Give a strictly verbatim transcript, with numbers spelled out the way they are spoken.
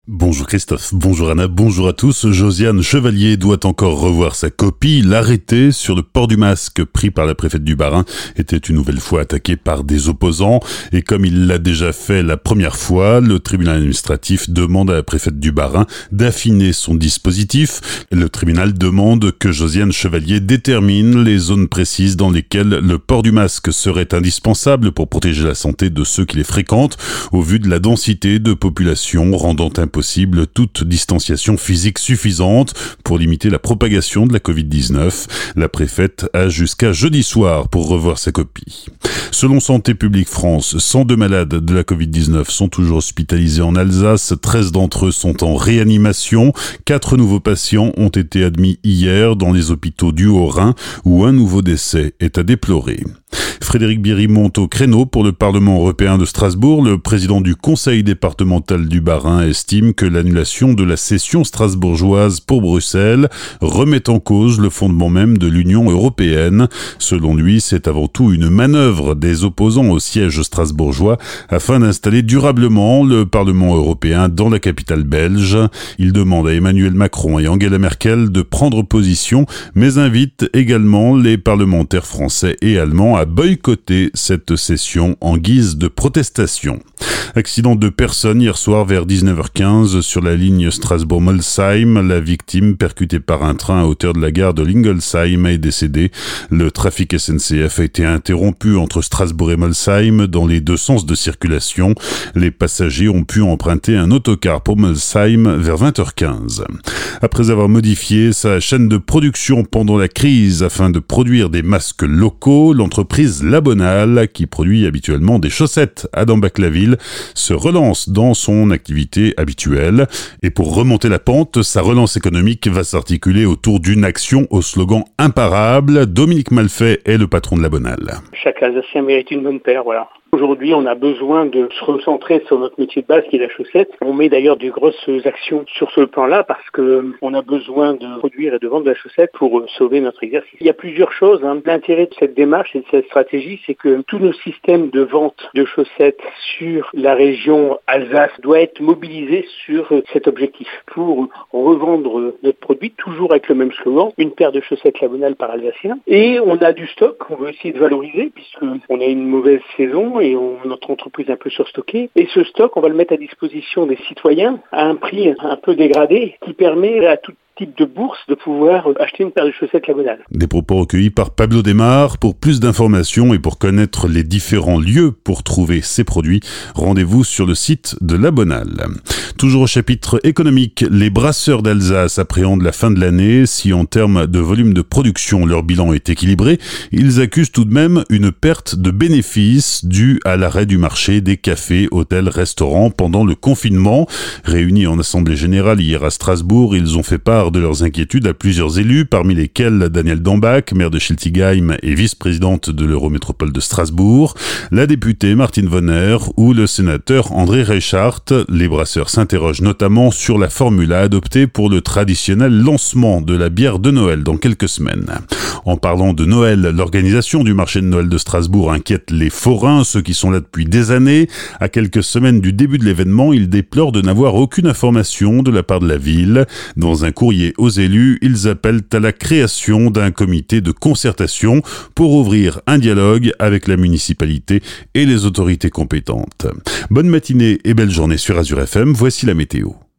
Bonjour Christophe, bonjour Anna, bonjour à tous. Josiane Chevalier doit encore revoir sa copie. L'arrêté sur le port du masque pris par la préfète du Bas-Rhin était une nouvelle fois attaqué par des opposants. Et comme il l'a déjà fait la première fois, le tribunal administratif demande à la préfète du Bas-Rhin d'affiner son dispositif. Le tribunal demande que Josiane Chevalier détermine les zones précises dans lesquelles le port du masque serait indispensable pour protéger la santé de ceux qui les fréquentent, au vu de la densité de population rendant impossible possible toute distanciation physique suffisante pour limiter la propagation de la covid dix-neuf. La préfète a jusqu'à jeudi soir pour revoir sa copie. Selon Santé publique France, cent deux malades de la covid dix-neuf sont toujours hospitalisés en Alsace. treize d'entre eux sont en réanimation. quatre nouveaux patients ont été admis hier dans les hôpitaux du Haut-Rhin où un nouveau décès est à déplorer. Frédéric Bierry monte au créneau pour le Parlement européen de Strasbourg. Le président du conseil départemental du Bas-Rhin estime que l'annulation de la session strasbourgeoise pour Bruxelles remet en cause le fondement même de l'Union européenne. Selon lui, c'est avant tout une manœuvre des opposants au siège strasbourgeois afin d'installer durablement le Parlement européen dans la capitale belge. Il demande à Emmanuel Macron et Angela Merkel de prendre position, mais invite également les parlementaires français et allemands à boycotter cette session en guise de protestation. Accident de personnes hier soir vers dix-neuf heures quinze sur la ligne Strasbourg-Molsheim. La victime, percutée par un train à hauteur de la gare de Lingolsheim, est décédée. Le trafic S N C F a été interrompu entre Strasbourg et Molsheim dans les deux sens de circulation. Les passagers ont pu emprunter un autocar pour Molsheim vers vingt heures quinze. Après avoir modifié sa chaîne de production pendant la crise afin de produire des masques locaux, l'entreprise Labonal, qui produit habituellement des chaussettes à Dambach-la-Ville, se relance dans son activité habituelle. Et pour remonter la pente, sa relance économique va s'articuler autour d'une action au slogan imparable. Dominique Malfait est le patron de Labonal. Chaque Alsacien mérite une bonne paire, voilà. Aujourd'hui, on a besoin de se recentrer sur notre métier de base qui est la chaussette. On met d'ailleurs de grosses actions sur ce plan-là parce que on a besoin de produire et de vendre de la chaussette pour sauver notre exercice. Il y a plusieurs choses. Hein. L'intérêt de cette démarche et de cette stratégie, c'est que tous nos systèmes de vente de chaussettes sur la région Alsace doivent être mobilisés sur cet objectif pour revendre notre produit, toujours avec le même slogan, une paire de chaussettes Labonal par Alsacien. Et on a du stock qu'on veut essayer de valoriser puisqu'on a une mauvaise saison et on, notre entreprise est un peu surstockée. Et ce stock, on va le mettre à disposition des citoyens à un prix un peu dégradé qui permet à tout type de bourse de pouvoir acheter une paire de chaussettes Labonal. Des propos recueillis par Pablo Desmar. Pour plus d'informations et pour connaître les différents lieux pour trouver ces produits, rendez-vous sur le site de Labonal. Toujours au chapitre économique, les brasseurs d'Alsace appréhendent la fin de l'année. Si en termes de volume de production, leur bilan est équilibré, ils accusent tout de même une perte de bénéfices due à l'arrêt du marché des cafés, hôtels, restaurants pendant le confinement. Réunis en assemblée générale hier à Strasbourg, ils ont fait part de leurs inquiétudes à plusieurs élus, parmi lesquels Danielle Dambach, maire de Schiltigheim et vice-présidente de l'Eurométropole de Strasbourg, la députée Martine Vonner ou le sénateur André Reichardt. Les brasseurs s'interrogent notamment sur la formule à adopter pour le traditionnel lancement de la bière de Noël dans quelques semaines. En parlant de Noël, l'organisation du marché de Noël de Strasbourg inquiète les forains, ceux qui sont là depuis des années. À quelques semaines du début de l'événement, ils déplorent de n'avoir aucune information de la part de la ville. Dans un courrier aux élus, ils appellent à la création d'un comité de concertation pour ouvrir un dialogue avec la municipalité et les autorités compétentes. Bonne matinée et belle journée sur Azure F M, voici la météo.